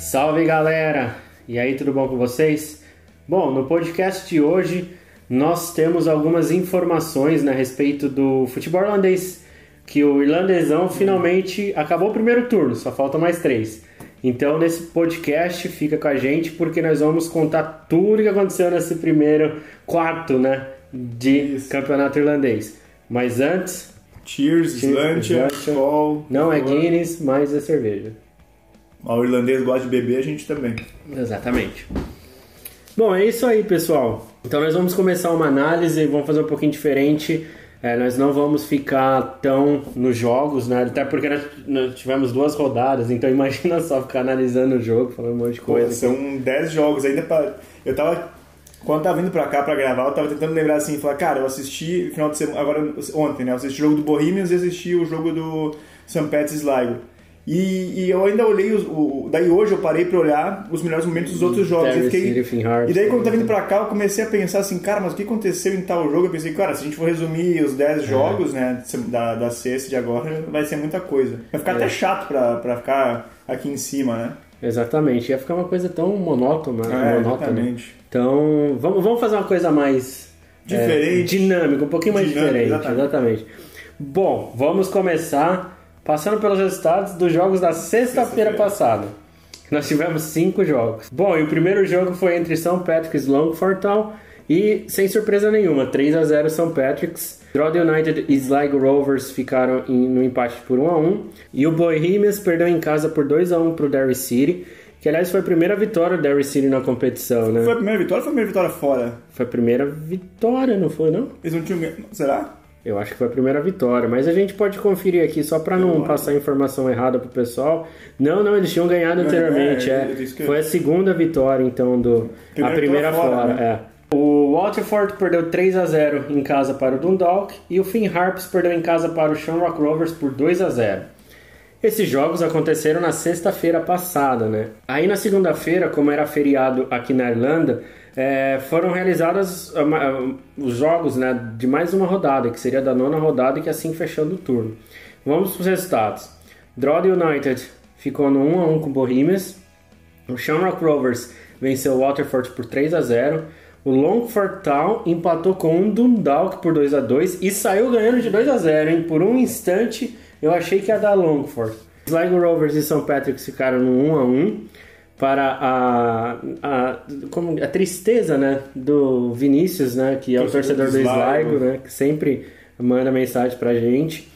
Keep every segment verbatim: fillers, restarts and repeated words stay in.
Salve galera! E aí, tudo bom com vocês? Bom, no podcast de hoje nós temos algumas informações, né, a respeito do futebol irlandês, que o irlandesão finalmente acabou o primeiro turno, só faltam mais três. Então nesse podcast fica com a gente porque nós vamos contar tudo que aconteceu nesse primeiro quarto, né, de Isso. campeonato irlandês. Mas antes... Cheers, Slantia, Skol... Não é Guinness, mas é cerveja. O irlandês gosta de beber, a gente também. Exatamente. Bom, é isso aí, pessoal. Então nós vamos começar uma análise, vamos fazer um pouquinho diferente. É, nós não vamos ficar tão nos jogos, né? Até porque nós, nós tivemos duas rodadas, então imagina só ficar analisando o jogo, falando um monte de coisa. Pô, são dez jogos ainda pra... Eu tava... Quando eu tava vindo pra cá pra gravar, eu tava tentando lembrar assim, falar, cara, eu assisti final de semana, agora ontem, né? Eu assisti o jogo do Bohemians e assisti o jogo do Saint Pat's Sligo. E, e eu ainda olhei, os, o, daí hoje eu parei pra olhar os melhores momentos dos outros jogos. Eu fiquei, e daí quando eu tava vindo pra cá, eu comecei a pensar assim, cara, mas o que aconteceu em tal jogo? Eu pensei, cara, se a gente for resumir os dez jogos, é. né, da, da sexta de agora, vai ser muita coisa. Vai ficar é. até chato pra, pra ficar aqui em cima, né? Exatamente, ia ficar uma coisa tão monótona. É, monótona. Exatamente. Então, vamos, vamos fazer uma coisa mais... Diferente. É, dinâmica, um pouquinho mais Dinâmico, diferente. Exatamente. exatamente. Bom, vamos começar... Passando pelos resultados dos jogos da sexta-feira passada. Nós tivemos cinco jogos. Bom, e o primeiro jogo foi entre Saint Patrick's e Longford Town. E, sem surpresa nenhuma, três a zero Saint Patrick's. Drogheda United e Sligo Rovers ficaram em, no empate por um a um. E o Bohemians perdeu em casa por dois a um para o Derry City. Que, aliás, foi a primeira vitória do Derry City na competição, né? Foi a primeira vitória ou foi a primeira vitória fora? Foi a primeira vitória, não foi, não? Eles não tinham... Será? Eu acho que foi a primeira vitória, mas a gente pode conferir aqui só para não passar informação errada pro pessoal. Não, não, eles tinham ganhado anteriormente. É, é. Foi a segunda vitória, então, do primeira a primeira fora. fora né? é. O Waterford perdeu três a zero em casa para o Dundalk e o Finn Harps perdeu em casa para o Shamrock Rovers por dois a zero. Esses jogos aconteceram na sexta-feira passada, né? Aí na segunda-feira, como era feriado aqui na Irlanda, É, foram realizados uh, os jogos, né, de mais uma rodada, que seria da nona rodada, e que assim fechando o turno. Vamos para os resultados. Drogheda United ficou no um a um com o Bohemians. O Shamrock Rovers venceu o Waterford por três a zero. O Longford Town empatou com o Dundalk por dois a dois e saiu ganhando de dois a zero, hein? Por um instante eu achei que ia dar Longford. Sligo Rovers e Saint Patrick's ficaram no um a um. Para a, a, como, a tristeza, né, do Vinícius, né, que é o torcedor do Sligo, né, que sempre manda mensagem pra gente.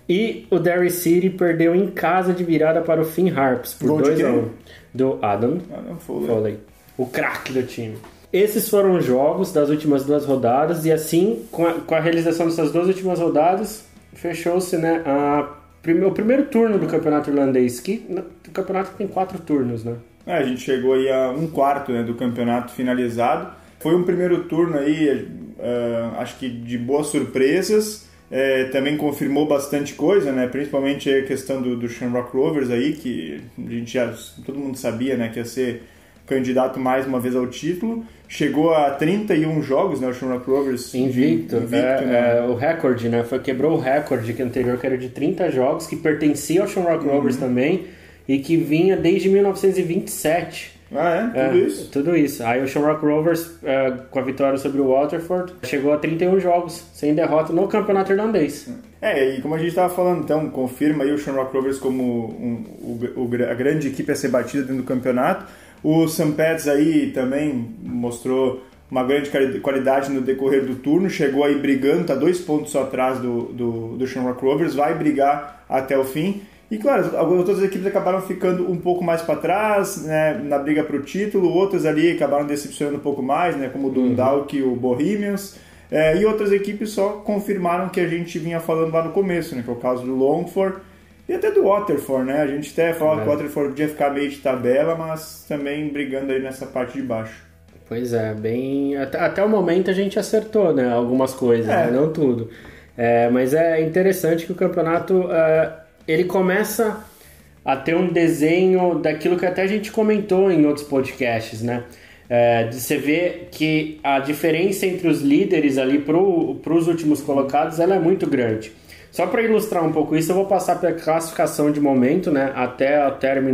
E o Derry City perdeu em casa de virada para o Finn Harps por dois a um do Adam, Adam Foley. Foley, o craque do time. Esses foram os jogos das últimas duas rodadas e assim, com a, com a realização dessas duas últimas rodadas, fechou-se, né, a, o primeiro turno do campeonato irlandês, que o campeonato tem quatro turnos, né? É, a gente chegou aí a um quarto, né, do campeonato finalizado. Foi um primeiro turno aí, uh, acho que de boas surpresas. É, também confirmou bastante coisa, né, principalmente a questão do, do Shamrock Rovers aí, que a gente já, todo mundo sabia, né, que ia ser candidato mais uma vez ao título. Chegou a trinta e um jogos, né, o Shamrock Rovers. Invicto, invicto é, né? é, o recorde, né, foi, quebrou o recorde que anterior, que era de trinta jogos, que pertencia ao Shamrock uhum. Rovers também. E que vinha desde mil novecentos e vinte e sete. Ah, é? Tudo é, isso? Tudo isso. Aí o Shamrock Rovers, é, com a vitória sobre o Waterford, chegou a trinta e um jogos, sem derrota no campeonato irlandês. É, e como a gente estava falando, então, confirma aí o Shamrock Rovers como um, o, o, a grande equipe a ser batida dentro do campeonato. O Saint Pat's aí também mostrou uma grande qualidade no decorrer do turno, chegou aí brigando, está dois pontos só atrás do, do, do Shamrock Rovers, vai brigar até o fim. E claro, algumas outras equipes acabaram ficando um pouco mais para trás, né, na briga para o título, outras ali acabaram decepcionando um pouco mais, né, como o Dundalk e o Bohemians, é, e outras equipes só confirmaram que a gente vinha falando lá no começo, né, que é o caso do Longford e até do Waterford, né, a gente até falava é. que o Waterford podia ficar meio de tabela, mas também brigando aí nessa parte de baixo. Pois é, bem... Até, até o momento a gente acertou, né, algumas coisas, é. né, não tudo. É, mas é interessante que o campeonato... Uh, ele começa a ter um desenho daquilo que até a gente comentou em outros podcasts, né? É, de você ver que a diferença entre os líderes ali para os últimos colocados, ela é muito grande. Só para ilustrar um pouco isso, eu vou passar pela classificação de momento, né? Até o término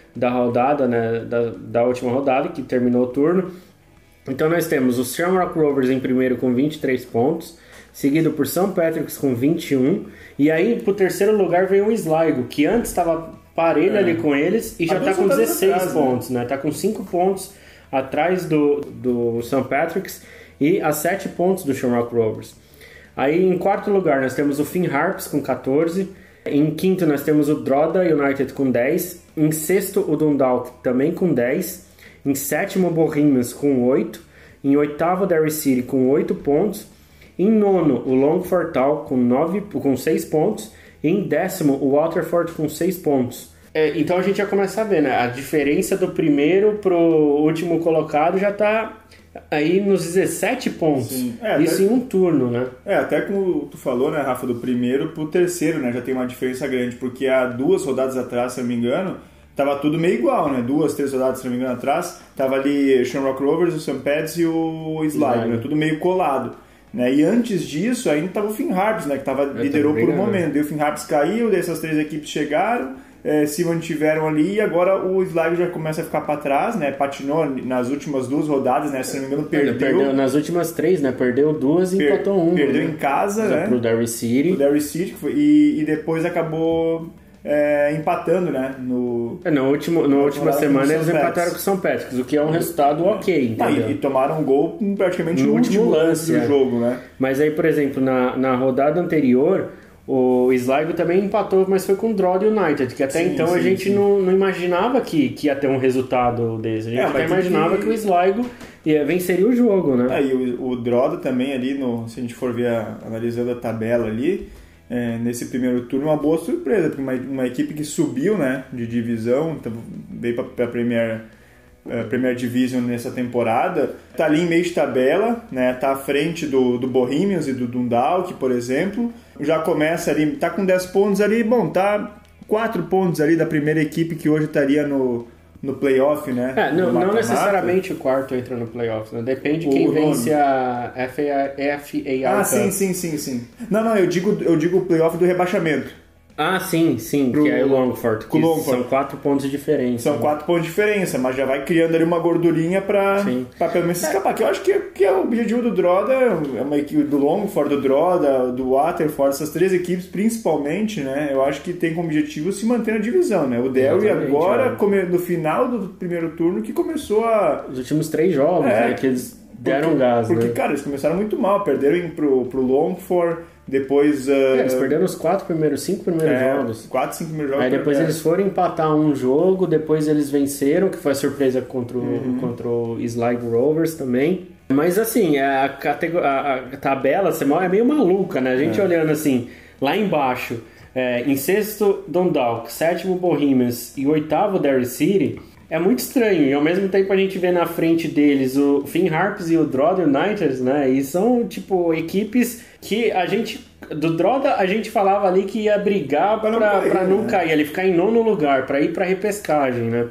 da rodada, né, da, da última rodada, que terminou o turno. Então nós temos os Shamrock Rovers em primeiro com vinte e três pontos, seguido por Saint Patrick's com vinte e um, e aí pro terceiro lugar vem o Sligo, que antes estava parelho é. ali com eles e já está com dezesseis atrás, pontos, né? Tá com cinco pontos atrás do, do Saint Patrick's e a sete pontos do Shamrock Rovers. Aí em quarto lugar nós temos o Finn Harps com catorze, em quinto nós temos o Drogheda United com dez, em sexto o Dundalk também com dez, em sétimo o Bohemians com oito, em oitavo o Derry City com oito pontos, em nono o Longford Town com, nove, com seis pontos, e em décimo o Waterford com seis pontos. É, então a gente já começa a ver, né? A diferença do primeiro pro último colocado já está aí nos dezessete pontos. É, isso até, em um turno, né? É, até como tu falou, né, Rafa, do primeiro pro terceiro, né? Já tem uma diferença grande, porque há duas rodadas atrás, se eu não me engano, tava tudo meio igual, né? Duas, três rodadas, se não me engano, atrás, tava ali Shamrock Rovers, o Saint Pads e o Sligo, né? Tudo meio colado. Né? E antes disso ainda estava o Finn Harps, né? Que tava, liderou por um momento. Daí o Finn Harps caiu, daí essas três equipes chegaram, é, se mantiveram ali, e agora o Sligo já começa a ficar para trás, né? Patinou nas últimas duas rodadas, né? Se não me engano, perdeu. perdeu nas últimas três, né? Perdeu duas e per- empatou uma. Perdeu né? em casa, né? Pro Derry City. Pro Derry City, foi, e, e depois acabou é, empatando, né? No, é, no último, na última semana eles empataram com o Saint Patrick's, o que é um resultado ok, ah, e, e tomaram um gol praticamente no, no último, último lance do é. jogo, né? Mas aí, por exemplo, na, na rodada anterior, o Sligo também empatou, mas foi com o Drogheda United, que até sim, então sim, a gente não, não imaginava que, que ia ter um resultado desse. A gente é, até imaginava que... que o Sligo ia, venceria o jogo, né? É, e o, o Drogheda também ali, no, se a gente for ver, a, analisando a tabela ali, é, nesse primeiro turno, uma boa surpresa, porque uma, uma equipe que subiu, né, de divisão, então, veio para a Premier, uh, Premier Division nessa temporada, tá ali em meio de tabela, né, tá à frente do, do Bohemians e do Dundalk, por exemplo, já começa ali, tá com dez pontos ali, bom, tá quatro pontos ali da primeira equipe que hoje estaria no, no playoff, né? É, não, não necessariamente o quarto entra no playoff, né? Depende de quem vence a F A A. Ah, sim, sim, sim, sim. Não, não, eu digo, eu digo o playoff do rebaixamento. Ah, sim, sim, Pro, que é o Longford, que Longford. São quatro pontos de diferença. São né? quatro pontos de diferença, mas já vai criando ali uma gordurinha pra, pra pelo menos escapar. Que eu acho que, que é o objetivo do Drogheda, é uma equipe do Longford, do Drogheda, do Waterford, essas três equipes principalmente, né? Eu acho que tem como objetivo se manter na divisão, né? O Derry agora, é. no final do primeiro turno, que começou a... Os últimos três jogos, é, né? Que eles deram porque, gás, Porque, né? cara, eles começaram muito mal, perderam pro, pro Longford... Depois... Uh, é, eles perderam os quatro primeiros, cinco primeiros é, jogos. Quatro, cinco primeiros jogos. Aí depois eles foram empatar um jogo, depois eles venceram, que foi a surpresa contra o, uhum. contra o Sligo Rovers também. Mas assim, a, categor... a, a tabela é meio maluca, né? A gente é. olhando assim, lá embaixo, é, em sexto Dundalk, sétimo Bohemians e oitavo Derry City... É muito estranho, e ao mesmo tempo a gente vê na frente deles o Finn Harps e o Drogheda United, né? E são, tipo, equipes que a gente... Do Drogheda a gente falava ali que ia brigar pra, pra, cair, pra não né? cair, ele ficar em nono lugar, pra ir pra repescagem, né?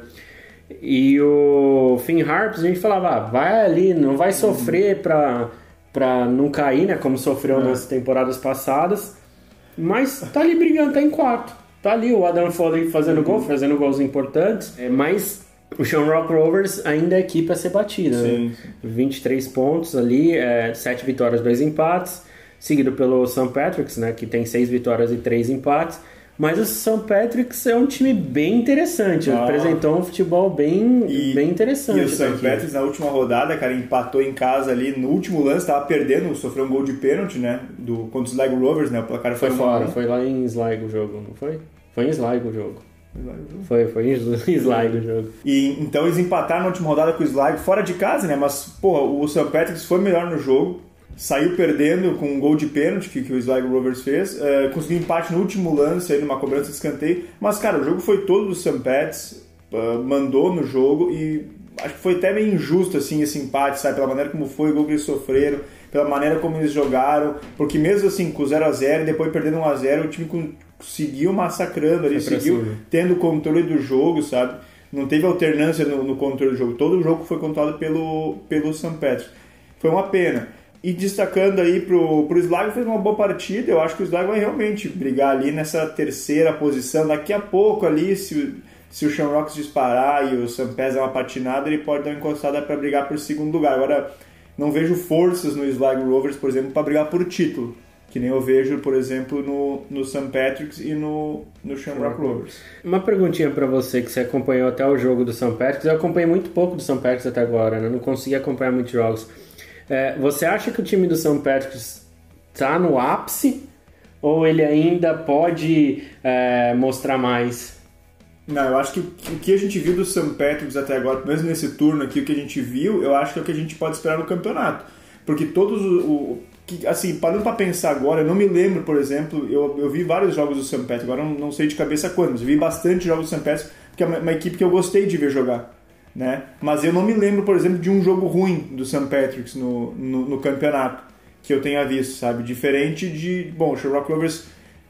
E o Finn Harps a gente falava, ah, vai ali, não vai sofrer uhum. pra, pra não cair, né? Como sofreu uhum. nas temporadas passadas, mas tá ali brigando, tá em quarto. Tá ali o Adam Foley fazendo uhum. gol, fazendo gols importantes, é, mas... O Shamrock Rovers ainda é a equipe a ser batida, sim, né? Sim. vinte e três pontos ali, é, sete vitórias, dois empates, seguido pelo Saint Patrick's, né, que tem seis vitórias e três empates. Mas o Saint Patrick's é um time bem interessante, ah. apresentou um futebol bem, e, bem interessante. E o Saint Patrick's na última rodada, cara, empatou em casa ali, no último lance, estava perdendo, sofreu um gol de pênalti, né, do, contra o Sligo Rovers, né, o placar foi, foi fora, um... foi lá em Sligo o jogo, não foi? Foi em Sligo o jogo. Foi, foi em Sligo o jogo. E, então eles empataram na última rodada com o Sligo fora de casa, né? Mas, porra, o Saint Patrick's foi melhor no jogo, saiu perdendo com um gol de pênalti que, que o Sligo Rovers fez, uh, conseguiu empate no último lance, aí numa cobrança de escanteio. Mas, cara, o jogo foi todo do Saint Patrick's, uh, mandou no jogo e acho que foi até meio injusto assim esse empate, sabe? Pela maneira como foi o gol que eles sofreram, pela maneira como eles jogaram, porque mesmo assim com zero a zero e depois perdendo um a zero, o time com seguiu massacrando ali, seguiu cima. Tendo controle do jogo, sabe? Não teve alternância no, no controle do jogo. Todo o jogo foi controlado pelo, pelo Saint Patrick's. Foi uma pena. E destacando aí pro, pro Sligo, fez uma boa partida. Eu acho que o Sligo vai realmente brigar ali nessa terceira posição. Daqui a pouco ali, se, se o Shamrocks disparar e o Sampeds dar uma patinada, ele pode dar uma encostada para brigar por segundo lugar. Agora, não vejo forças no Sligo Rovers, por exemplo, para brigar por título, que nem eu vejo, por exemplo, no, no Saint Patrick's e no, no Shamrock Rovers. Uma perguntinha para você, que você acompanhou até o jogo do Saint Patrick's. Eu acompanhei muito pouco do Saint Patrick's até agora, né? Não consegui acompanhar muitos jogos. É, você acha que o time do Saint Patrick's está no ápice ou ele ainda pode é, mostrar mais? Não, eu acho que o que a gente viu do Saint Patrick's até agora, mesmo nesse turno aqui, o que a gente viu, eu acho que é o que a gente pode esperar no campeonato. Porque todos o... o que, assim, parando para pensar agora, eu não me lembro, por exemplo, eu, eu vi vários jogos do Saint Patrick's, agora não, não sei de cabeça quantos, eu vi bastante jogos do Saint Patrick's, porque é uma, uma equipe que eu gostei de ver jogar, né? Mas eu não me lembro, por exemplo, de um jogo ruim do Saint Patrick's no, no, no campeonato, que eu tenha visto, sabe? Diferente de... Bom, o Shamrock Rovers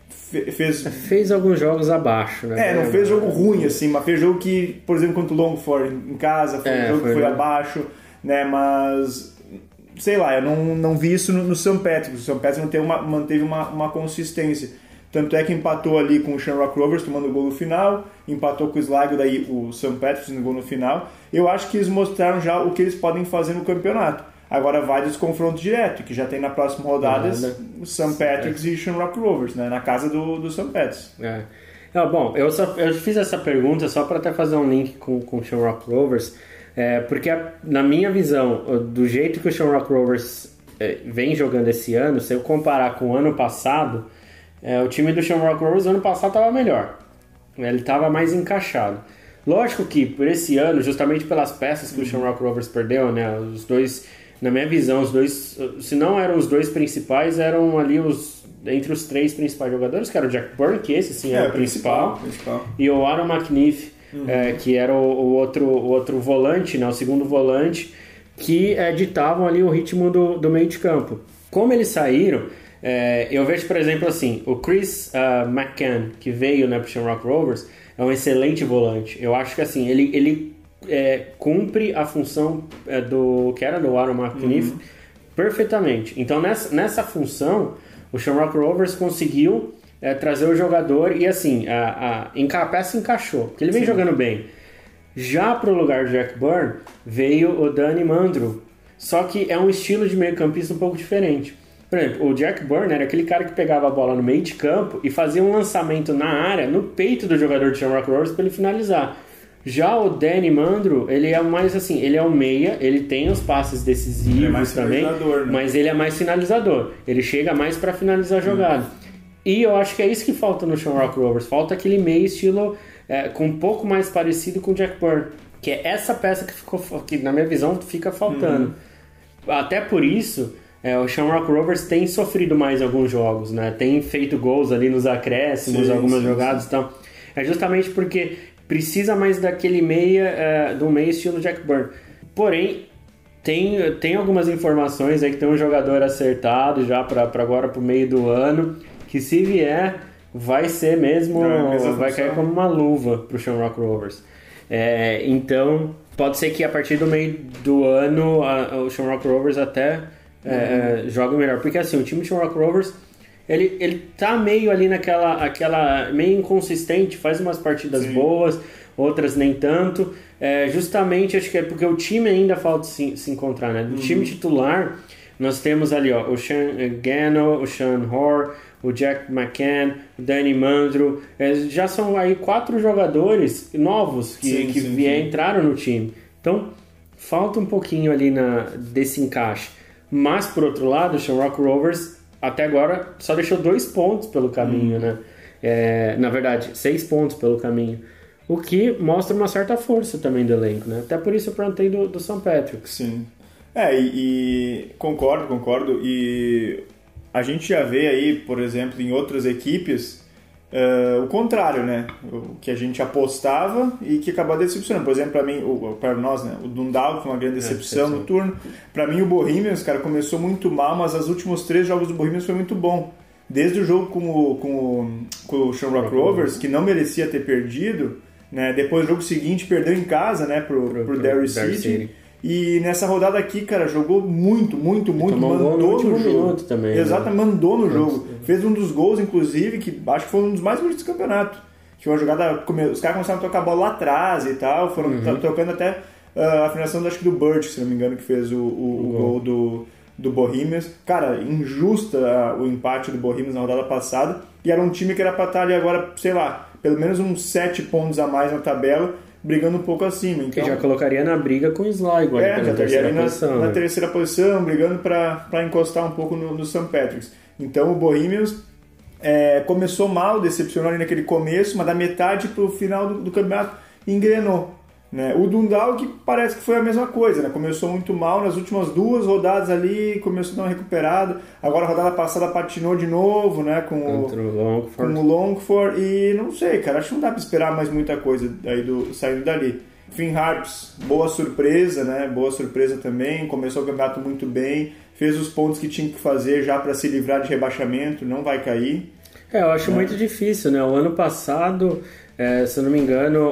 fez... Fez alguns jogos abaixo, né? É, não fez jogo ruim, assim, mas fez jogo que, por exemplo, contra o Longford em casa, foi é, um jogo foi que foi abaixo, né? Mas, sei lá, eu não, não vi isso no, no Saint Patrick's. O Saint Patrick's manteve, uma, manteve uma, uma consistência. Tanto é que empatou ali com o Shamrock Rovers, tomando o gol no final, empatou com o Sligo, daí o Saint Patrick's no gol no final. Eu acho que eles mostraram já o que eles podem fazer no campeonato. Agora vai dos confrontos diretos, que já tem na próxima rodada o Saint Patrick's é. e Shamrock Rovers, né? Na casa do, do Saint Patrick's. É. É, bom, eu, só, eu fiz essa pergunta só para até fazer um link com, com o Shamrock Rovers, é, porque na minha visão, do jeito que o Shamrock Rovers é, vem jogando esse ano, se eu comparar com o ano passado, é, o time do Shamrock Rovers ano passado estava melhor, ele estava mais encaixado. Lógico que por esse ano, justamente pelas peças que o Shamrock Rovers perdeu, né, os dois... Na minha visão, os dois, se não eram os dois principais, eram ali os entre os três principais jogadores, que era o Jack Byrne, que esse sim é, era o principal, principal, e o Aaron McNiff, uhum. é, que era o, o, outro, o outro volante, né, o segundo volante, que é, ditavam ali o ritmo do, do meio de campo. Como eles saíram, é, eu vejo, por exemplo, assim, o Chris uh, McCann, que veio, né, para o Shamrock Rovers, é um excelente volante. Eu acho que assim, ele... ele É, cumpre a função é, do que era do Aaron McNiff uhum. perfeitamente. Então nessa, nessa função o Shamrock Rovers conseguiu é, trazer o jogador e assim a, a, a peça encaixou, porque ele vem Sim. jogando bem. Já para o lugar do Jack Byrne veio o Danny Mandro, só que é um estilo de meio campista um pouco diferente. Por exemplo, o Jack Byrne era aquele cara que pegava a bola no meio de campo e fazia um lançamento na área, no peito do jogador do Shamrock Rovers para ele finalizar. Já o Danny Mandro, ele é mais assim, ele é um meia, ele tem os passes decisivos ele é mais também, né? Mas ele é mais finalizador, ele chega mais para finalizar a jogada. Hum. E eu acho que é isso que falta no Shamrock Rovers, falta aquele meia estilo é, com um pouco mais parecido com o Jack Byrne, que é essa peça que, ficou, que na minha visão fica faltando. Hum. Até por isso, é, o Shamrock Rovers tem sofrido mais em alguns jogos, né? Tem feito gols ali nos acréscimos, sim, algumas sim, jogadas, sim. Então é justamente porque precisa mais daquele meia, uh, do meia estilo Jack Byrne. Porém, tem, tem algumas informações aí que tem um jogador acertado já para agora para o meio do ano, que se vier, vai ser mesmo, é, vai cair como uma luva para o Shamrock Rovers. É, então, pode ser que a partir do meio do ano a, a, o Shamrock Rovers até uhum. é, jogue melhor. Porque assim, o time do Shamrock Rovers Ele, ele tá meio ali naquela aquela, meio inconsistente, faz umas partidas Sim. boas, outras nem tanto. É, justamente, acho que é porque o time ainda falta se, se encontrar, né? Do uhum. time titular, nós temos ali ó, o Sean Gano, o Sean Hoare, o Jack McCann, o Danny Mandro. É, já são aí quatro jogadores novos que, sim, que sim, vier, sim. entraram no time. Então, falta um pouquinho ali na, desse encaixe. Mas, por outro lado, o Shamrock Rovers até agora só deixou dois pontos pelo caminho, hum. né? É, na verdade, seis pontos pelo caminho. O que mostra uma certa força também do elenco, né? Até por isso eu perguntei do, do Saint Patrick's. Sim. É, e, e concordo, concordo. E a gente já vê aí, por exemplo, em outras equipes, uh, o contrário, né? O que a gente apostava e que acabou decepcionando. Por exemplo, para mim, para nós, né? O Dundalk foi uma grande decepção é, no turno. Para mim, o Bohemians, cara, começou muito mal, mas os últimos três jogos do Bohemians foi muito bom. Desde o jogo com o, com o, com o Shamrock Rovers, que não merecia ter perdido, né? Depois do jogo seguinte, perdeu em casa, né? Pro, pro, pro Derry City. City. E nessa rodada aqui, cara, jogou muito, muito, muito. Mandou no, no jogo. Também, Exato, né? mandou no jogo. Fez um dos gols, inclusive, que acho que foi um dos mais bonitos do campeonato. que foi uma jogada, os caras começaram a tocar a bola lá atrás e tal, foram uhum. trocando até uh, a finalização, acho que do Birch, se não me engano, que fez o, o, o gol do, do Bohemians. Cara, injusta o empate do Bohemians na rodada passada, e era um time que era pra estar ali agora, sei lá, pelo menos uns sete pontos a mais na tabela, brigando um pouco acima. Então, que já colocaria na briga com o Sligo. É, já estaria ali na, posição, na né? terceira posição, brigando para encostar um pouco no, no Saint Patrick's. Então o Bohemians é, começou mal, decepcionou ali naquele começo, mas da metade para o final do, do campeonato engrenou. Né? O Dundalk parece que foi a mesma coisa, né? Começou muito mal nas últimas duas rodadas ali, começou a dar uma recuperada. Agora a rodada passada patinou de novo, né? Com o, o Longford. com o Longford. E não sei, cara, acho que não dá para esperar mais muita coisa aí do, saindo dali. Finn Harps, boa surpresa, né? Boa surpresa também. Começou o campeonato muito bem, fez os pontos que tinha que fazer já para se livrar de rebaixamento, não vai cair. É, eu acho é. muito difícil, né? O ano passado, é, se eu não me engano,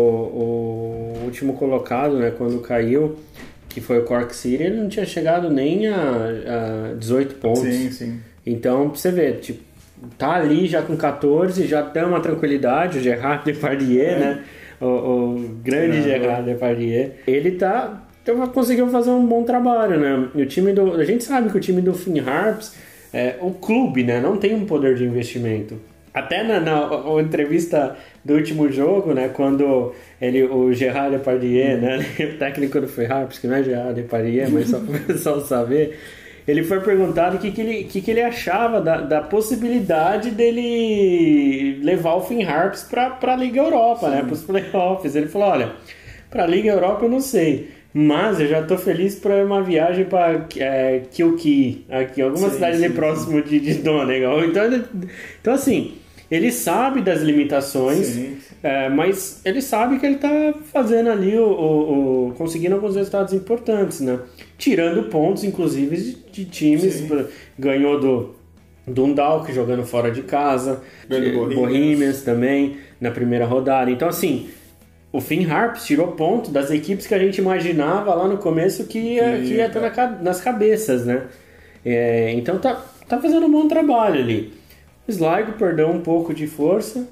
o, o último colocado, né, quando caiu, que foi o Cork City, ele não tinha chegado nem a, a dezoito pontos. Sim, sim. Então, pra você ver, tipo, tá ali já com catorze, já tem uma tranquilidade, o Gerard Depardieu, é. né? O, o grande é, Gerard Depardieu. Ele tá... Então, conseguiu fazer um bom trabalho, né? E o time do... A gente sabe que o time do Finn Harps... É, o clube, né, não tem um poder de investimento. Até na, na, na entrevista do último jogo, né, quando ele, o Gerard Depardieu, né, o técnico do Finn Harps, que não é Gerard Depardieu, mas só para o pessoal saber, ele foi perguntado o que, que, ele, que, que ele achava da, da possibilidade dele levar o Finn Harps para a Liga Europa, né, para os playoffs. Ele falou, olha, para a Liga Europa eu não sei, mas eu já estou feliz para uma viagem para é, Kilkee, aqui, alguma sim, cidade sim, ali sim. próximo de, de Donegal. Então, então, assim, ele sabe das limitações, é, mas ele sabe que ele está fazendo ali, o, o, o, conseguindo alguns resultados importantes, né? Tirando pontos, inclusive, de, de times. Sim. Ganhou do Dundalk, jogando fora de casa, Ganhou do Bohemians também, na primeira rodada. Então, assim... O Finn Harps tirou ponto das equipes que a gente imaginava lá no começo que ia, que ia estar na, nas cabeças, né? É, então tá, tá fazendo um bom trabalho ali. O Sligo perdeu um pouco de força,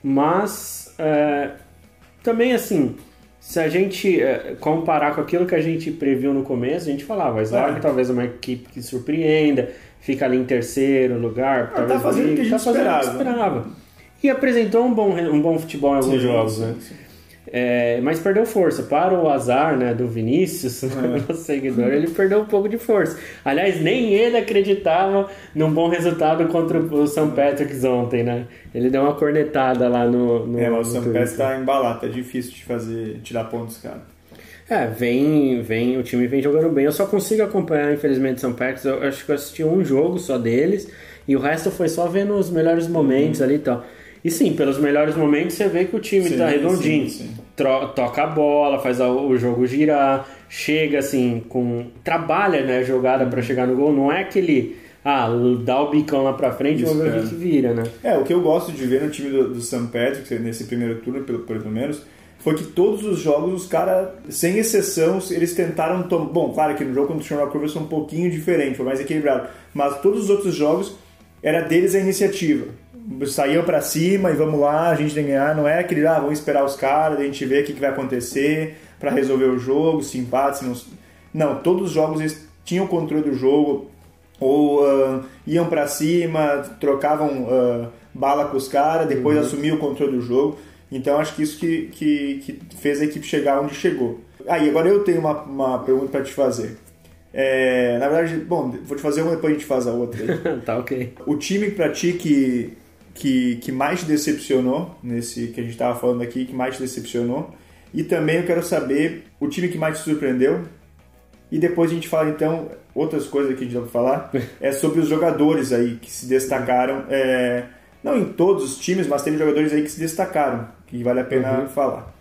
mas é, também assim, se a gente é, comparar com aquilo que a gente previu no começo, a gente falava, o Sligo é. talvez uma equipe que surpreenda, fica ali em terceiro lugar, ah, talvez tá fazendo o que a gente tá fazendo esperava. O que esperava. E apresentou um bom, um bom futebol em alguns sim, jogos, sim, né? Sim. É, mas perdeu força. Para o azar, né, do Vinícius, é. nosso seguidor, ele perdeu um pouco de força. Aliás, nem ele acreditava num bom resultado contra o Saint Patrick's ontem, né? Ele deu uma cornetada lá no... no é, mas o Saint Patrick's tá embalado, tá difícil de fazer, tirar pontos, cara. É, vem, vem, o time vem jogando bem. Eu só consigo acompanhar, infelizmente, o Saint Patrick's. Eu acho que eu assisti um jogo só deles e o resto foi só vendo os melhores momentos uhum. ali e tal. E sim, pelos melhores momentos você vê que o time sim, tá redondinho, sim, sim. Tro- toca a bola, faz o jogo girar, chega assim, com trabalha, né, a jogada para chegar no gol, não é aquele, ah, dá o bicão lá pra frente e vamos ver o que vira, né? É, o que eu gosto de ver no time do, do Saint Patrick's, nesse primeiro turno, pelo, pelo menos, foi que todos os jogos, os caras, sem exceção, eles tentaram... Tom... Bom, claro que no jogo contra o Shamrock Rovers foi um pouquinho diferente, foi mais equilibrado, mas todos os outros jogos era deles a iniciativa. Saíam pra cima e vamos lá, a gente tem que ganhar. Não é aquele, ah, vamos esperar os caras, a gente ver o que, que vai acontecer pra resolver o jogo, se empate, se não... Não, todos os jogos eles tinham controle do jogo, ou uh, iam pra cima, trocavam uh, bala com os caras, depois uhum. assumiam o controle do jogo. Então acho que isso que, que, que fez a equipe chegar onde chegou. Ah, e agora eu tenho uma, uma pergunta pra te fazer. É, na verdade, bom, vou te fazer uma e depois a gente faz a outra. Tá ok. O time pra ti que... Que, que mais te decepcionou, nesse que a gente estava falando aqui, que mais te decepcionou. E também eu quero saber o time que mais te surpreendeu. E depois a gente fala, então, outras coisas que a gente vai falar, é sobre os jogadores aí que se destacaram. É, não em todos os times, mas teve jogadores aí que se destacaram, que vale a pena uhum. falar.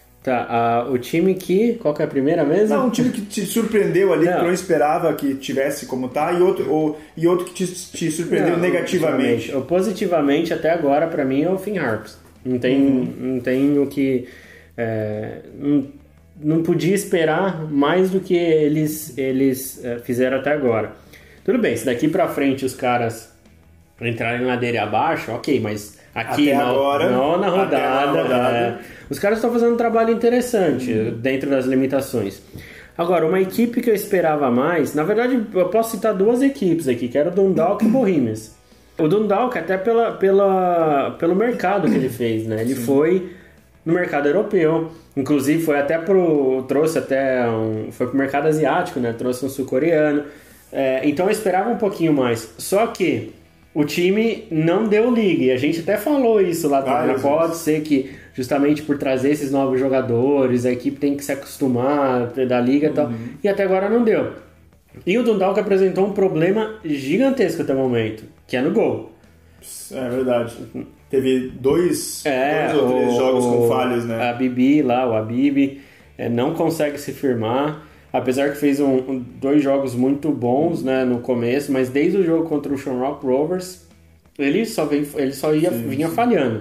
Tá, uh, o time que... Qual que é a primeira mesmo? Não, um time que te surpreendeu ali, não. que não esperava que tivesse como tá, e outro, ou, e outro que te, te surpreendeu não, negativamente. Positivamente. positivamente, até agora, pra mim, é o Finn Harps. Não tem, uhum. não tem o que... É, não, não podia esperar mais do que eles, eles é, fizeram até agora. Tudo bem, se daqui pra frente os caras entrarem ladeira abaixo, ok, mas aqui até na, agora, não na rodada, rodada. É, os caras estão fazendo um trabalho interessante uhum. dentro das limitações. Agora, uma equipe que eu esperava mais, na verdade eu posso citar duas equipes aqui, que era o Dundalk e o Bohemians. O Dundalk até pela, pela, pelo mercado que ele fez, né? Ele Sim. foi no mercado europeu, inclusive foi até pro, trouxe até um, foi pro mercado asiático, né? Trouxe um sul-coreano, é, então eu esperava um pouquinho mais, só que o time não deu liga, e a gente até falou isso lá atrás, pode ser que justamente por trazer esses novos jogadores, a equipe tem que se acostumar da liga e uhum. tal, e até agora não deu. E o Dundalk apresentou um problema gigantesco até o momento, que é no gol. É verdade. Teve dois, é, dois ou três o, jogos com falhas, né? A Bibi lá, o Abib, é, não consegue se firmar, apesar que fez um, um, dois jogos muito bons uhum. né, no começo, mas desde o jogo contra o Shamrock Rovers, ele só, vem, ele só ia, sim, vinha sim. falhando.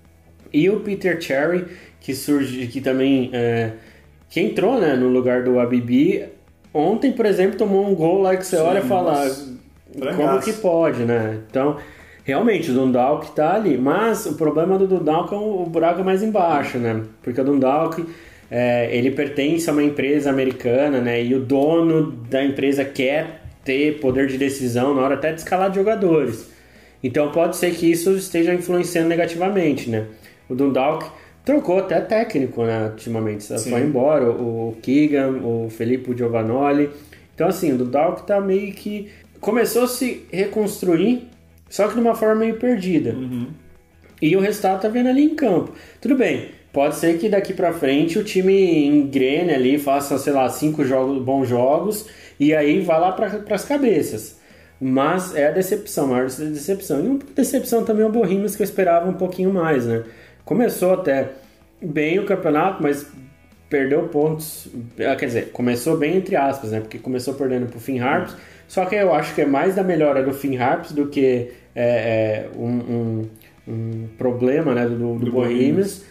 E o Peter Cherry, que surge, que também é, que entrou né, no lugar do Abib, ontem, por exemplo, tomou um gol lá que você sim, olha e fala, como que pode, né? Então, realmente, o Dundalk tá ali, mas o problema do Dundalk é o buraco mais embaixo, né? Porque o Dundalk, é, ele pertence a uma empresa americana, né? E o dono da empresa quer ter poder de decisão na hora até de escalar de jogadores. Então pode ser que isso esteja influenciando negativamente, né? O Dundalk trocou até técnico, né, ultimamente. Sim. Foi embora o Keegan, o Felipe Giovanoli. Então assim, o Dundalk tá meio que... começou a se reconstruir, só que de uma forma meio perdida. Uhum. E o resultado tá vendo ali em campo. Tudo bem, pode ser que daqui pra frente o time engrene ali, faça, sei lá, cinco jogos, bons jogos, e aí vá lá para as cabeças. Mas é a decepção, a maior decepção. E uma decepção também é o Bohemians, que eu esperava um pouquinho mais, né? Começou até bem o campeonato, mas perdeu pontos... Quer dizer, começou bem entre aspas, né? Porque começou perdendo pro Finn Harps, uhum. Só que eu acho que é mais da melhora do Finn Harps do que é, é, um, um, um problema, né, do, do, do Bohemians. Bohemians.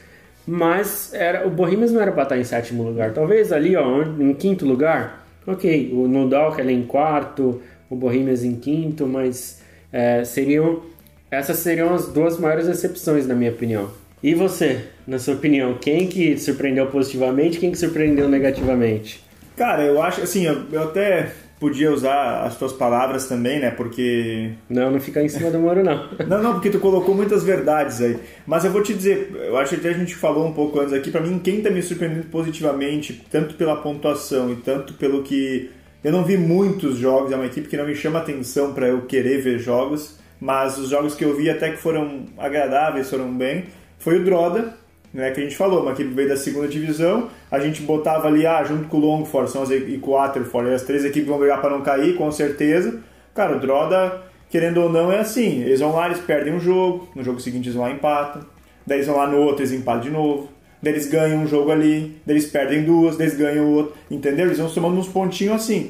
Mas era, o Bohemians não era para estar em sétimo lugar. Talvez ali, ó, em quinto lugar. Ok, o Dundalk ele é em quarto, o Bohemians em quinto, mas é, seriam, essas seriam as duas maiores decepções, na minha opinião. E você, na sua opinião, quem que surpreendeu positivamente, quem que surpreendeu negativamente? Cara, eu acho, assim, eu, eu até... podia usar as tuas palavras também, né? Porque... Não, não fica em cima do muro, não. não, não, porque tu colocou muitas verdades aí. Mas eu vou te dizer, eu acho que até a gente falou um pouco antes aqui, pra mim, quem tá me surpreendendo positivamente, tanto pela pontuação e tanto pelo que... Eu não vi muitos jogos, é uma equipe que não me chama atenção pra eu querer ver jogos, mas os jogos que eu vi até que foram agradáveis, foram bem, foi o Droda, né, que a gente falou, uma equipe veio da segunda divisão, a gente botava ali, ah, junto com o Longford são as, e com o Waterford, as três equipes vão brigar para não cair, com certeza. Cara, o Droda, querendo ou não, é assim, eles vão lá, eles perdem um jogo, no jogo seguinte eles vão lá e empatam, daí eles vão lá no outro, eles empatam de novo, daí eles ganham um jogo ali, daí eles perdem duas, daí eles ganham o outro, entendeu? Eles vão somando uns pontinhos assim.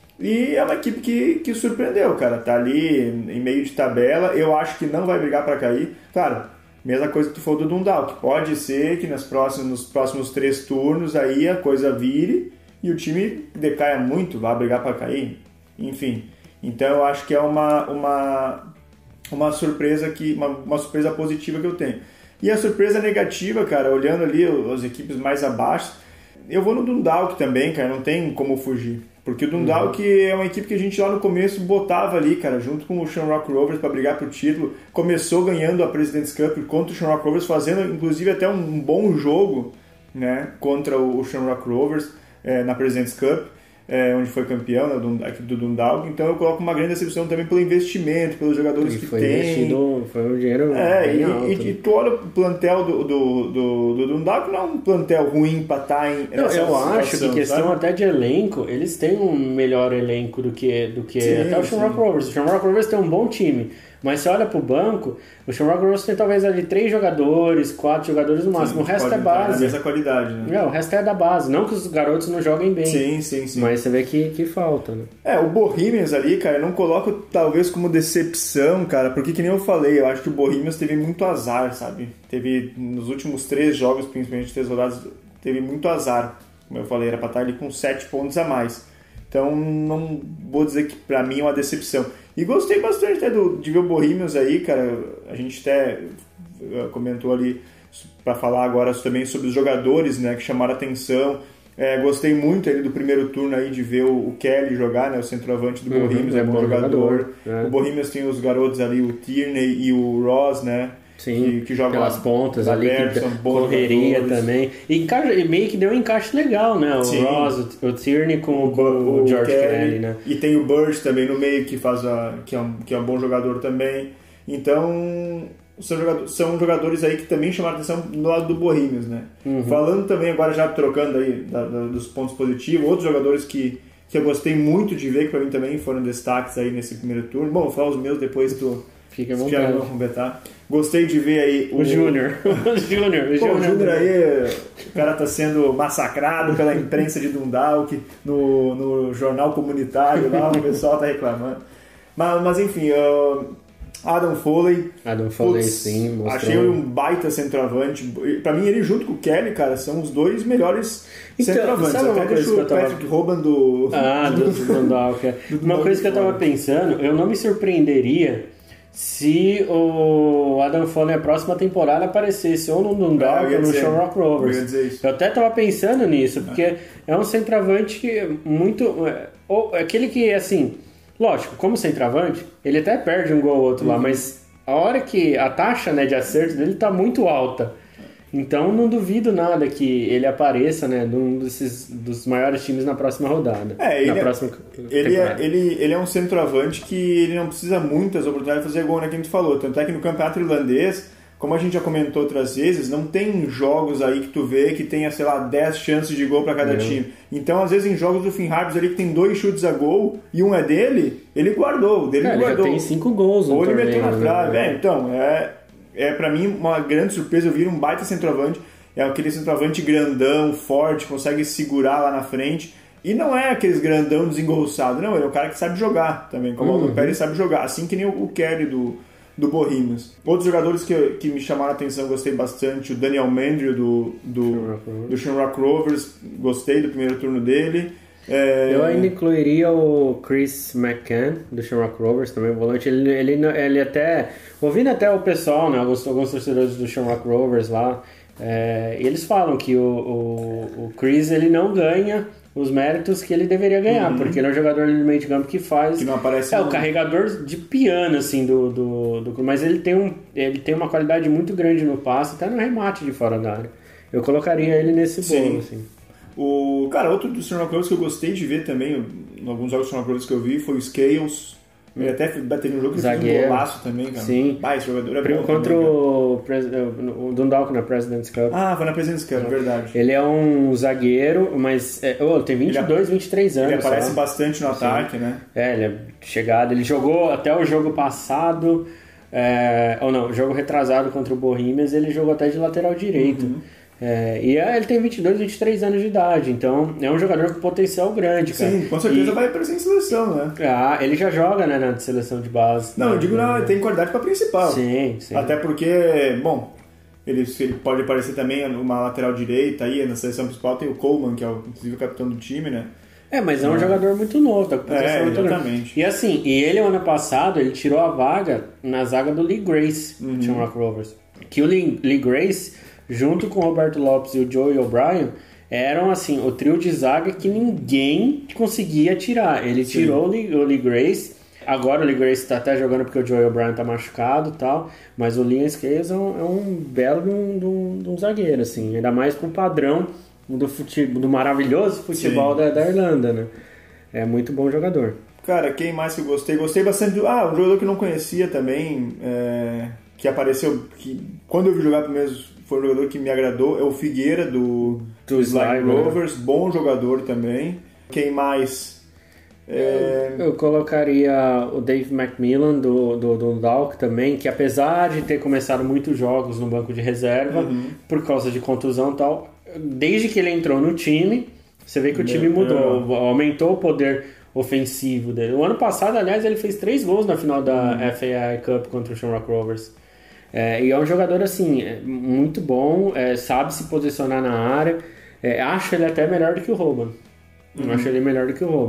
E é uma equipe que, que surpreendeu, cara, tá ali em meio de tabela, eu acho que não vai brigar para cair, claro. Mesma coisa que tu falou do Dundalk. Pode ser que nas próximas, nos próximos três turnos aí a coisa vire e o time decaia muito, vá brigar para cair. Enfim. Então eu acho que é uma, uma, uma surpresa que, uma, uma surpresa positiva que eu tenho. E a surpresa negativa, cara, olhando ali as equipes mais abaixo, eu vou no Dundalk também, cara, não tem como fugir. Porque o Dundalk uhum. é uma equipe que a gente lá no começo botava ali, cara, junto com o Shamrock Rovers para brigar pro título. Começou ganhando a President's Cup contra o Shamrock Rovers, fazendo inclusive até um bom jogo, né, contra o Shamrock Rovers é, na President's Cup, é, onde foi campeão, né, a equipe do Dundalk. Então eu coloco uma grande decepção também pelo investimento, pelos jogadores e que foi tem. Investido, foi um dinheiro é, bem e, alto. E, e tu olha o plantel do, do, do, do Dundalk, não é um plantel ruim para estar em não, eu situação, acho que questão sabe? Até de elenco, eles têm um melhor elenco do que, do que sim, até o Shamrock Rovers. O Shamrock Rovers tem um bom time, mas você olha pro banco, o Shamrock Rovers tem talvez ali três jogadores, quatro jogadores no máximo, sim, o resto é base. Essa qualidade, né? Não, o resto é da base, não que os garotos não joguem bem. Sim, sim, sim. Mas você vê que, que falta, né? É, o Bohemians ali, cara, eu não coloco talvez como decepção, cara, porque que nem eu falei, eu acho que o Bohemians teve muito azar, sabe? Teve, nos últimos três jogos, principalmente três rodadas, teve muito azar. Como eu falei, era pra estar ali com sete pontos a mais. Então, não vou dizer que pra mim é uma decepção. E gostei bastante até do, de ver o Bohemians aí, cara. A gente até comentou ali para falar agora também sobre os jogadores, né, que chamaram a atenção. É, gostei muito ali do primeiro turno aí de ver o, o Kelly jogar, né, o centroavante do uhum, Bohemians, é um bom jogador. jogador é. O Bohemians tem os garotos ali, o Tierney e o Ross, né? Sim, que, que jogam aquelas pontas ali, que correria jogadores. Também. E encaixa, meio que deu um encaixe legal, né? O Sim. Ross, o, o Tierney com o, o, o George Kelly, Kelly, né? E tem o Burge também no meio, que, faz a, que, é um, que é um bom jogador também. Então... São jogadores, são jogadores aí que também chamaram atenção do lado do Bohemians, né? Uhum. Falando também, agora já trocando aí da, da, dos pontos positivos, outros jogadores que, que eu gostei muito de ver, que pra mim também foram destaques aí nesse primeiro turno. Bom, vou falar os meus, depois tu fica à completar. Gostei de ver aí o... O Júnior. o Júnior. O Júnior aí, o cara tá sendo massacrado pela imprensa de Dundalk, no, no jornal comunitário lá, o pessoal tá reclamando. Mas, mas enfim... Uh, Adam Foley. Adam Foley, putz, sim. Mostrou. Achei ele um baita centroavante. Pra mim, ele junto com o Kelly, cara, são os dois melhores então, centroavantes. Até deixa o tava... Patrick Hoban do... Ah, do Dundalk. É. Uma coisa que eu tava pensando, eu não me surpreenderia se o Adam Foley na próxima temporada aparecesse ou no Dundalk é, ou no Shamrock Rovers. Eu, eu até tava pensando nisso, porque é, é um centroavante muito... Ou, aquele que, assim... Lógico, como centroavante, ele até perde um gol ou outro uhum. lá, mas a hora que a taxa, né, de acerto dele tá muito alta. Então não duvido nada que ele apareça, né, num desses, dos maiores times na próxima rodada. É, na ele, próxima ele, é, ele, ele é um centroavante que ele não precisa muitas oportunidades de fazer gol, né, que a gente falou. Tanto é que no campeonato irlandês, como a gente já comentou outras vezes, não tem jogos aí que tu vê que tenha, sei lá, dez chances de gol para cada uhum. time. Então, às vezes, em jogos do Finn Harps ali que tem dois chutes a gol e um é dele, ele guardou. O dele é, ele guardou. Já tem cinco gols no Ou ele torneio, meteu na trave. né? É, então, é, é pra mim uma grande surpresa. Eu vi um baita centroavante. É aquele centroavante grandão, forte, consegue segurar lá na frente. E não é aqueles grandão desengolçado. Não, ele é o cara que sabe jogar também. Como uhum. o Pérez sabe jogar. Assim que nem o Kelly do... do Bohemians. Outros jogadores que, que me chamaram a atenção, gostei bastante, o Daniel Mandry do, do, do Shamrock Rovers, gostei do primeiro turno dele. É... Eu ainda incluiria o Chris McCann do Shamrock Rovers também, volante. Ele, ele, ele até, ouvindo até o pessoal, né, alguns, alguns torcedores do Shamrock Rovers lá, é, eles falam que o, o, o Chris ele não ganha os méritos que ele deveria ganhar, uhum. porque ele é um jogador no meio de campo que faz... Que não aparece... É, no... o carregador de piano, assim, do, do, do... Mas ele tem, um, ele tem uma qualidade muito grande no passe, até no remate de fora da área. Eu colocaria ele nesse bolo, assim. O, cara, outro dos Shamrock Rovers que eu gostei de ver também, em alguns jogos dos Shamrock Rovers que eu vi, foi o Scales. Ele até teve um jogo que fez um golaço também, cara. Sim. Ah, esse jogador é bom Contra também, o, Pres... o Dundalk na President's Cup. Ah, foi na President's Cup, é verdade. Ele é um zagueiro, mas é, oh, tem vinte e dois, ele, vinte e três anos. Ele aparece bastante no ataque, Sim. né? É, ele é chegado. Ele jogou até o jogo passado, é, ou não, o jogo retrasado contra o Bohemians, ele jogou até de lateral direito. Uhum. É, e ele tem vinte e dois, vinte e três anos de idade, então é um jogador com potencial grande, cara. Sim, com certeza e, vai aparecer em seleção, né? Ah, ele já joga, né, na seleção de base. Não, né? eu digo, não, tem qualidade para principal. Sim, sim. Até porque, bom, ele, ele pode aparecer também uma lateral direita aí, na seleção principal tem o Coleman, que é o, inclusive o capitão do time, né? É, mas é um é. jogador muito novo, tá com potencial é, muito exatamente. grande. E assim, e ele, ano passado, ele tirou a vaga na zaga do Lee Grace, uhum. do Shamrock Rovers. Que o Lee, Lee Grace... junto com o Roberto Lopes e o Joey O'Brien, eram assim, o trio de zaga que ninguém conseguia tirar. Ele Sim. tirou o Lee, o Lee Grace, agora o Lee Grace está até jogando porque o Joey O'Brien está machucado e tal, mas o Liam Scales é um, é um belo de um, de, um, de um zagueiro, assim, ainda mais com o padrão do, fute, do maravilhoso futebol da, da Irlanda, né? É muito bom jogador. Cara, quem mais que eu gostei? Gostei bastante do... Ah, um jogador que eu não conhecia também, é, que apareceu, que quando eu vi jogar primeiro... foi um jogador que me agradou, é o Figueira do, do Sligo Rovers, né? Bom jogador também. Quem mais? É... Eu, eu colocaria o Dave McMillan do, do, do Dundalk também, que apesar de ter começado muitos jogos no banco de reserva, uhum. por causa de contusão e tal, desde que ele entrou no time, você vê que o time mudou, é. aumentou o poder ofensivo dele. O ano passado, aliás, ele fez três gols na final da uhum. F A I Cup contra o Shamrock Rovers. É, e é um jogador assim, muito bom, é, sabe se posicionar na área, é, acho ele até melhor do que o Hoban. Uhum. Acho ele melhor do que o Hoban.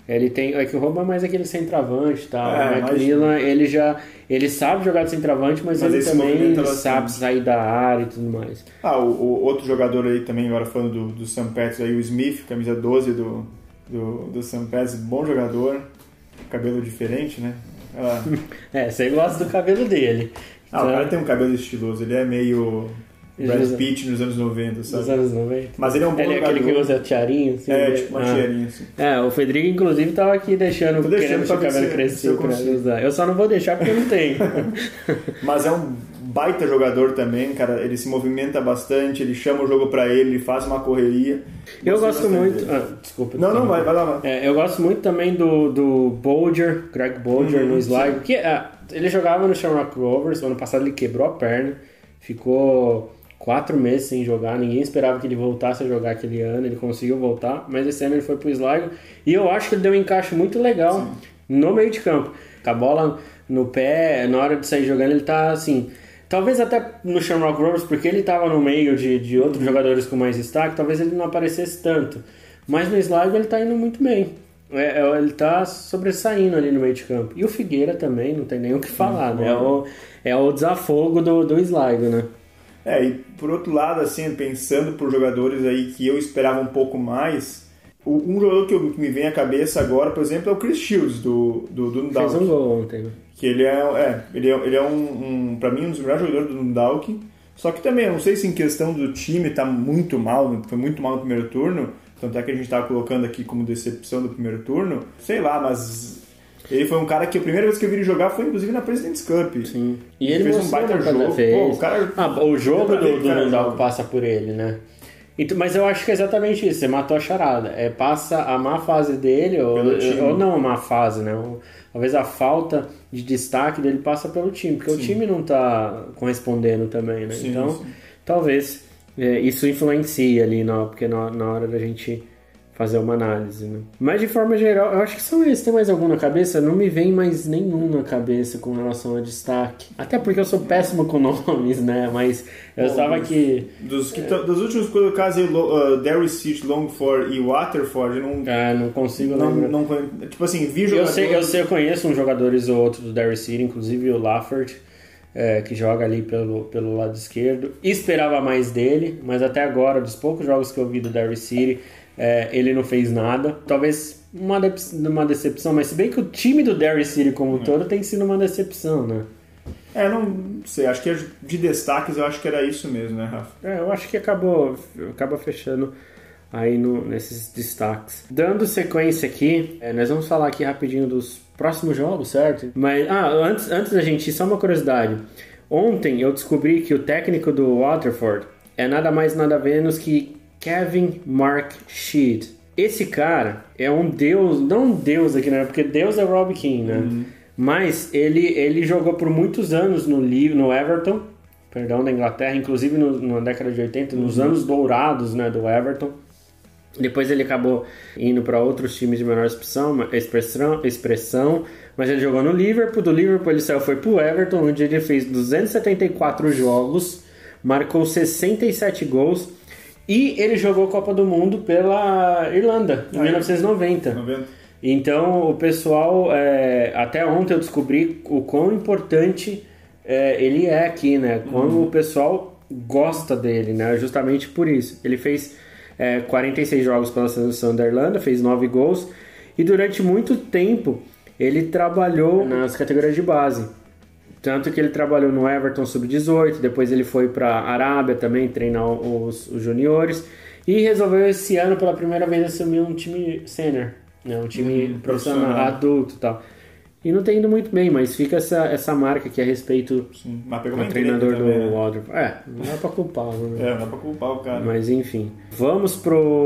Ele tem, é que o Rouba é mais aquele centroavante e tal. É, o Macmillan, mas... ele já ele sabe jogar de centroavante, mas, mas ele também sabe assim. Sair da área e tudo mais. Ah, o, o outro jogador aí também, agora falando do, do Saint Pat's, aí, o Smith, camisa doze do, do, do Saint Pat's, bom jogador, cabelo diferente, né? Ah. É, você gosta do cabelo dele. Ah, então... o cara tem um cabelo estiloso, ele é meio... Brad Pitt nos anos noventa, sabe? Nos anos noventa. Mas ele é um bom ele jogador. Ele é aquele que usa tiarinho, assim. É, tipo uma ah. tiarinha, assim. É, o Federico, inclusive, tava aqui deixando, Tô deixando querendo que o cabelo crescer pra usar. Eu só não vou deixar porque eu não tenho. Mas é um baita jogador também, cara. Ele se movimenta bastante, ele chama o jogo pra ele, ele faz uma correria. Eu gosto muito... Ah, desculpa. Não, não, vai, vai lá. Vai. É, eu gosto muito também do, do Bolger, Greg Bolger, hum, no Sligo. Que, ah, ele jogava no Shamrock Rovers, ano passado ele quebrou a perna, ficou... Quatro meses sem jogar, ninguém esperava que ele voltasse a jogar aquele ano, ele conseguiu voltar, mas esse ano ele foi pro Sligo e eu acho que ele deu um encaixe muito legal Sim. no meio de campo. Com a bola no pé, na hora de sair jogando, ele tá assim, talvez até no Shamrock Rovers, porque ele tava no meio de, de outros jogadores com mais destaque, talvez ele não aparecesse tanto, mas no Sligo ele tá indo muito bem. É, é, ele tá sobressaindo ali no meio de campo. E o Figueira também, não tem nem o que falar, Sim, né? É o, é o desafogo do, do Sligo, né? É, e por outro lado, assim, pensando por jogadores aí que eu esperava um pouco mais, um jogador que, eu, que me vem à cabeça agora, por exemplo, é o Chris Shields, do, do, do Dundalk. Fez um gol ontem. Que ele é, é, ele é, ele é um, um, pra mim, um dos melhores jogadores do Dundalk. Só que também, eu não sei se em questão do time tá muito mal, foi muito mal no primeiro turno, tanto é que a gente tava colocando aqui como decepção do primeiro turno, sei lá, mas... Ele foi um cara que a primeira vez que eu vi ele jogar foi inclusive na President's Cup. Sim. E ele, ele fez um baita jogo. Pô, o, cara... ah, o jogo do, do Dundalk passa por ele, né? Então, mas eu acho que é exatamente isso. Você matou a charada. É, passa a má fase dele, ou, ou não a má fase, né? Ou, talvez a falta de destaque dele passa pelo time, porque sim. o time não tá correspondendo também, né? Sim, então, sim. talvez é, isso influencie ali, não, porque na, na hora da gente... fazer uma análise, né? Mas de forma geral, eu acho que são esses. Tem mais algum na cabeça? Não me vem mais nenhum na cabeça com relação a destaque. Até porque eu sou péssimo com nomes, né? Mas eu estava aqui... Dos, que é... dos últimos colocados aí, uh, Derry City, Longford e Waterford, eu não... Ah, não consigo não, lembrar. Não, tipo assim, vi jogadores... Eu sei, eu sei, eu conheço uns jogadores ou outros do Derry City, inclusive o Lafferty, é, que joga ali pelo, pelo lado esquerdo. Esperava mais dele, mas até agora, dos poucos jogos que eu vi do Derry City... É, ele não fez nada. Talvez uma, de- uma decepção, mas se bem que o time do Derry City como um todo tem sido uma decepção, né? É, não sei, acho que de destaques eu acho que era isso mesmo, né, Rafa? É, eu acho que acabou, acaba fechando aí no, nesses destaques. Dando sequência aqui, é, nós vamos falar aqui rapidinho dos próximos jogos, certo? Mas, ah, antes, antes da gente ir, só uma curiosidade. Ontem eu descobri que o técnico do Waterford é nada mais nada menos que Kevin Mark Sheed. Esse cara é um deus, não um deus aqui, né? Porque deus é Rob Keane, né? Uhum. Mas ele, ele jogou por muitos anos no, no Everton, perdão, da Inglaterra, inclusive no, na década de oitenta, uhum. nos anos dourados, né, do Everton. Depois ele acabou indo para outros times de menor expressão, expressão, expressão, mas ele jogou no Liverpool. Do Liverpool ele saiu, foi pro Everton, onde ele fez duzentos e setenta e quatro jogos, marcou sessenta e sete gols. E ele jogou Copa do Mundo pela Irlanda, em ah, mil novecentos e noventa. noventa. Então, o pessoal... É, até ontem eu descobri o quão importante é, ele é aqui, né? Como uhum. o pessoal gosta dele, né? Justamente por isso. Ele fez é, quarenta e seis jogos pela seleção da Irlanda, fez nove gols. E durante muito tempo, ele trabalhou nas categorias de base. Tanto que ele trabalhou no Everton sub dezoito, depois ele foi para a Arábia também treinar os, os juniores e resolveu esse ano pela primeira vez assumir um time sênior, né? Um time hum, profissional, profissional, adulto e tal. E não tem indo muito bem, mas fica essa, essa marca aqui a respeito Sim, mas pegou do treinador do também, né? Waterford. É, não dá para culpar, né? É, não dá para culpar o cara. Mas enfim, vamos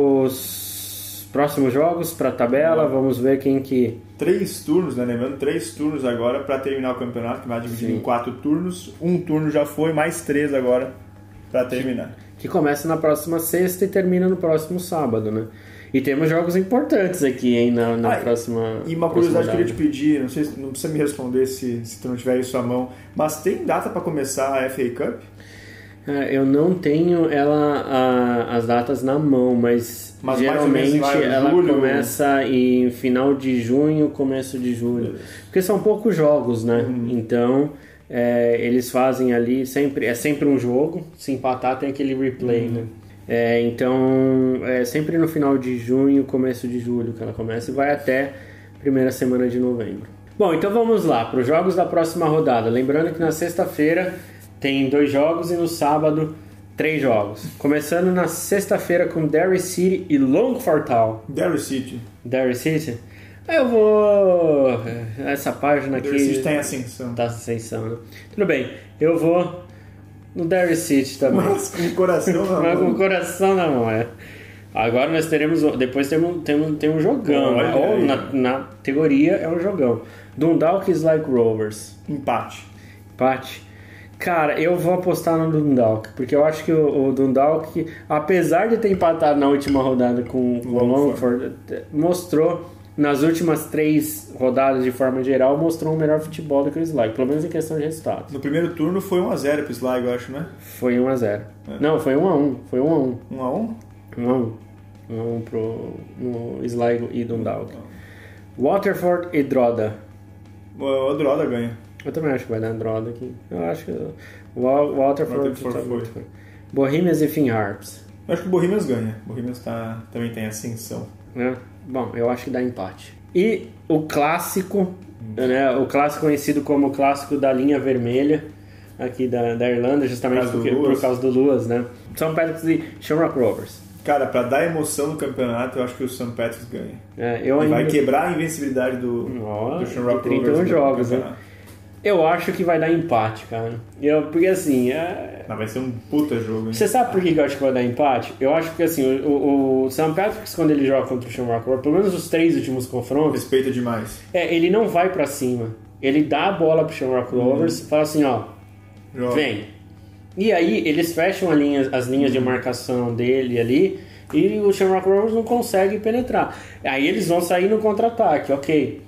pros próximos jogos, para a tabela, Bom, vamos ver quem que... Três turnos, né? Lembrando, três turnos agora para terminar o campeonato, que vai dividir Sim. em quatro turnos. Um turno já foi, mais três agora para terminar. Que começa na próxima sexta e termina no próximo sábado, né? E temos jogos importantes aqui, hein, na, na ah, próxima... E uma curiosidade que eu queria te pedir, não sei, não precisa me responder se, se tu não tiver isso à mão, mas tem data para começar a F A Cup? É, eu não tenho ela a, as datas na mão, mas, mas geralmente ela julho, começa em final de junho, começo de julho. Porque são poucos jogos, né? Uhum. Então, é, eles fazem ali sempre... É sempre um jogo. Se empatar, tem aquele replay, uhum. né? É, então, é sempre no final de junho, começo de julho que ela começa e vai até primeira semana de novembro. Bom, então vamos lá para os jogos da próxima rodada. Lembrando que na sexta-feira tem dois jogos e no sábado três jogos. Começando na sexta-feira com Derry City e Longford Town. Derry City. Derry City? Eu vou... Essa página aqui... Derry City tá em ascensão. Tá em ascensão, né? Tudo bem, eu vou no Derry City também. Mas com o coração na mão. Mas com o coração na mão, é. Agora nós teremos... Depois temos, temos, tem um jogão, né? Ou na, na teoria é um jogão. Dundalk is like Rovers. Empate. Empate. Cara, eu vou apostar no Dundalk, porque eu acho que o, o Dundalk, apesar de ter empatado na última rodada com o Longford, mostrou, nas últimas três rodadas de forma geral, mostrou um melhor futebol do que o Sligo, pelo menos em questão de resultados. No primeiro turno foi um a zero pro Sligo, eu acho, né? Foi um a zero. É. Não, foi um a um. Foi um a um. um a um? um a um. um a um pro no Sligo e Dundalk. Waterford e Drogheda. O Drogheda ganha. Eu também acho que vai dar Drogheda aqui. Eu acho que o Waterford tá muito. Bohemians e Finn Harps. Eu acho que o Bohemians ganha. O Bohemians tá, também tem ascensão. É. Bom, eu acho que dá empate. E o clássico, hum. né, o clássico conhecido como o clássico da linha vermelha aqui da, da Irlanda, justamente por, porque, por causa do Luas, né? Saint Patrick's e Shamrock Rovers. Cara, pra dar emoção no campeonato, eu acho que o Saint Patrick's ganha. É, eu e ainda... vai quebrar a invencibilidade do, oh, do Shamrock trinta e um Rovers. jogos, né? Eu acho que vai dar empate, cara. Eu, porque assim... É... Não, vai ser um puta jogo, hein? Você sabe por que eu acho que vai dar empate? Eu acho que assim, o, o Saint Patrick's, quando ele joga contra o Shamrock Rovers, pelo menos os três últimos confrontos... Respeita demais. É, ele não vai pra cima. Ele dá a bola pro Shamrock Rovers e uhum. fala assim, ó... Joga. Vem. E aí, eles fecham a linha, as linhas uhum. de marcação dele ali... E o Shamrock Rovers não consegue penetrar. Aí eles vão sair no contra-ataque, ok.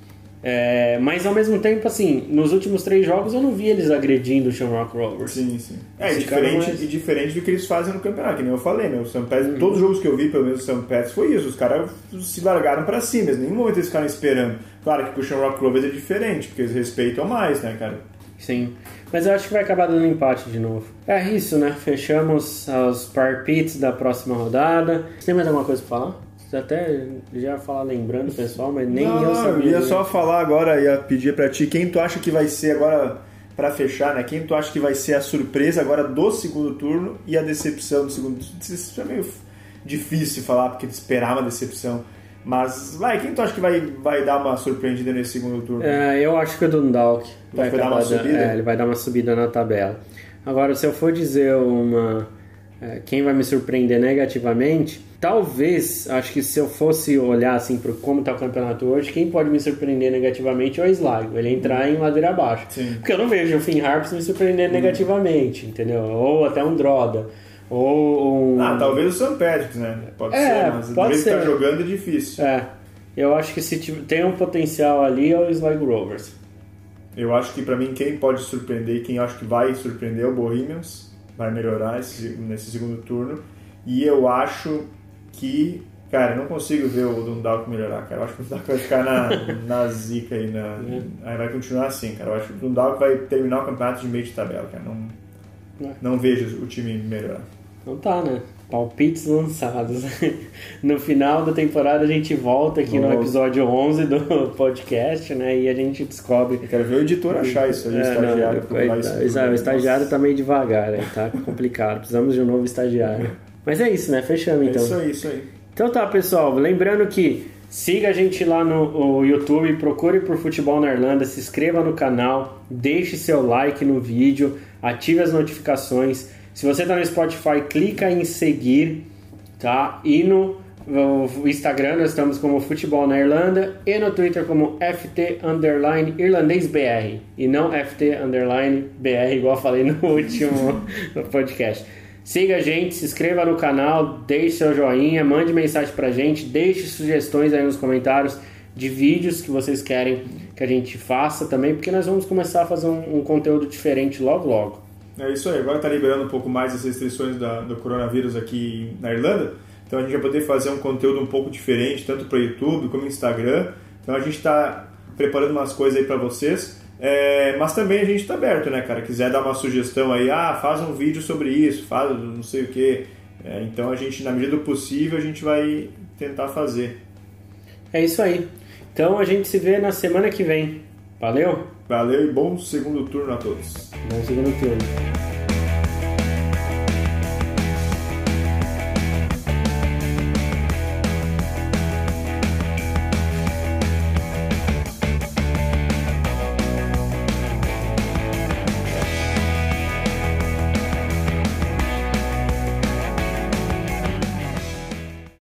É, mas ao mesmo tempo, assim, nos últimos três jogos eu não vi eles agredindo o Shamrock Rovers. Sim, sim. É, e diferente, mais... e diferente do que eles fazem no campeonato, que nem eu falei, né? O Saint Patrick's, uhum. todos os jogos que eu vi, pelo menos o Saint Patrick's, foi isso. Os caras se largaram pra cima, mas em nenhum momento eles ficaram esperando. Claro que com o Shamrock Rovers é diferente, porque eles respeitam mais, né, cara? Sim. Mas eu acho que vai acabar dando empate de novo. É isso, né? Fechamos os parpits da próxima rodada. Você tem mais alguma coisa pra falar? Você até já ia falar lembrando o pessoal, mas nem não, eu sabia. Eu ia né? só falar agora, ia pedir pra ti, quem tu acha que vai ser agora, pra fechar, né? Quem tu acha que vai ser a surpresa agora do segundo turno e a decepção do segundo turno? Isso é meio difícil falar, porque tu esperava a decepção. Mas, vai, quem tu acha que vai, vai dar uma surpreendida nesse segundo turno? É, eu acho que o Dundalk vai, vai dar uma subida. É, ele vai dar uma subida na tabela. Agora, se eu for dizer uma... É, quem vai me surpreender negativamente, talvez, acho que se eu fosse olhar assim para como está o campeonato hoje, quem pode me surpreender negativamente é o Sligo, ele entrar hum. em ladeira abaixo. Sim. Porque eu não vejo o Finn Harps me surpreender hum. negativamente, entendeu? Ou até um Drogheda. Ou um... Ah, talvez o Saint Patrick's, né? Pode é, ser, mas do jeito que tá jogando é difícil. É, eu acho que se tem um potencial ali é o Sligo Rovers. Eu acho que pra mim quem pode surpreender e quem eu acho que vai surpreender é o Bohemians, vai melhorar esse, nesse segundo turno. E eu acho que, cara, eu não consigo ver o Dundalk melhorar, cara. Eu acho que o Dundalk vai ficar na, na zica aí, na, é. aí vai continuar assim, cara. Eu acho que o Dundalk vai terminar o campeonato de meio de tabela, cara. Não, é. não vejo o time melhorar. Então tá, né? Palpites lançados. No final da temporada a gente volta aqui Nossa. no episódio onze do podcast, né? E a gente descobre... Eu quero ver o editor achar isso aí, é, o estagiário. Não, não, isso, o estagiário tá meio devagar, né? Tá complicado. Precisamos de um novo estagiário. Mas é isso, né? Fechamos então. É isso aí, isso aí. Então tá, pessoal. Lembrando que siga a gente lá no YouTube, procure por Futebol na Irlanda, se inscreva no canal, deixe seu like no vídeo, ative as notificações. Se você está no Spotify, clica em seguir, tá? E no, no Instagram nós estamos como Futebol na Irlanda e no Twitter como F T underline irlandês B R e não F T underline B R, igual eu falei no último podcast. Siga a gente, se inscreva no canal, deixe seu joinha, mande mensagem pra gente, deixe sugestões aí nos comentários de vídeos que vocês querem que a gente faça também, porque nós vamos começar a fazer um, um conteúdo diferente logo logo. É isso aí, agora está liberando um pouco mais as restrições da, do coronavírus aqui na Irlanda, então a gente vai poder fazer um conteúdo um pouco diferente, tanto para o YouTube como Instagram. Então a gente está preparando umas coisas aí para vocês, é, mas também a gente está aberto, né, cara? Quiser dar uma sugestão aí, ah, faz um vídeo sobre isso, faz não sei o que. É, então a gente, na medida do possível, a gente vai tentar fazer. É isso aí. Então a gente se vê na semana que vem. Valeu? Valeu e bom segundo turno a todos. Bom segundo turno.